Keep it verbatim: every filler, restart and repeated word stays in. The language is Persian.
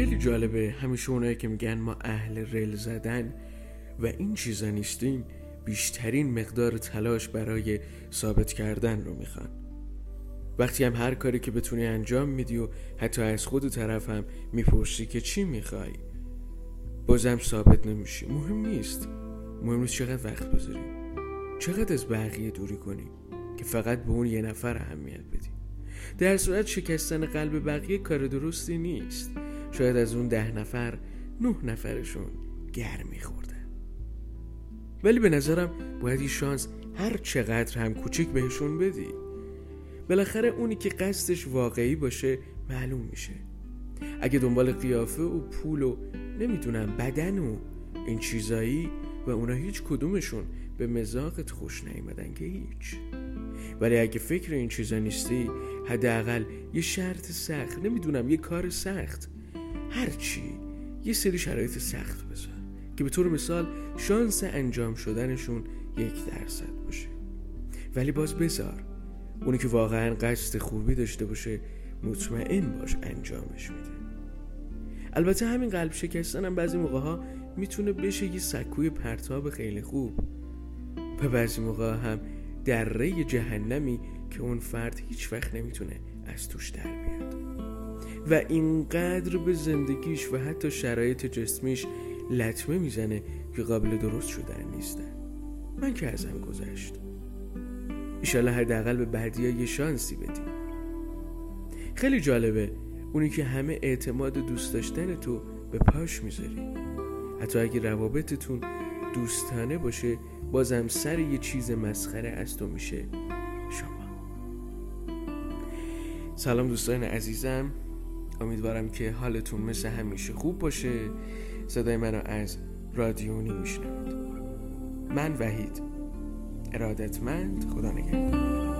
خیلی جالبه، همیشه اونایی که میگن ما اهل رل زدن و این چیزا نیستیم بیشترین مقدار تلاش برای ثابت کردن رو میخوان. وقتی هم هر کاری که بتونی انجام میدی و حتی از خود طرف هم میپرسی که چی میخوای، بازم ثابت نمیشی. مهم نیست مهم نیست چقدر وقت بذاری، چقدر از بقیه دوری کنی که فقط به اون یه نفر اهمیت بدی. در صورت شکستن قلب بقیه کار درستی نیست. شاید از اون ده نفر نه نفرشون گر میخوردن، ولی به نظرم باید یه شانس هر چقدر هم کوچیک بهشون بدی. بالاخره اونی که قصدش واقعی باشه معلوم میشه. اگه دنبال قیافه و پول و نمیدونم بدن و این چیزایی و اونا هیچ کدومشون به مذاقت خوش نیومدن که هیچ. ولی اگه فکر این چیزا نیستی، حداقل یه شرط سخت، نمیدونم یه کار سخت، هرچی، یه سری شرایط سخت بذار که به طور مثال شانس انجام شدنشون یک درصد باشه. ولی باز بذار اونی که واقعا قصد خوبی داشته باشه مطمئن باش انجامش میده. البته همین قلب شکستن هم بعضی موقع ها میتونه بشه یه سکوی پرتاب خیلی خوب و بعضی موقع هم دره جهنمی که اون فرد هیچ وقت نمیتونه از توش در بیاد و اینقدر به زندگیش و حتی شرایط جسمیش لطمه میزنه که قابل درست شدن نیستن. من که ازم گذشت، ایشالله حداقل به بعدیا یه شانسی بدی. خیلی جالبه اونی که همه اعتماد دوست داشتن تو به پاش میذاری، حتی اگه روابطتون دوستانه باشه بازم سر یه چیز مسخره از تو میشه شما. سلام دوستان عزیزم، امیدوارم که حالتون مثل همیشه خوب باشه. صدای منو از رادیونی میشنوید. من وحید، ارادتمند، خدا نگهدار.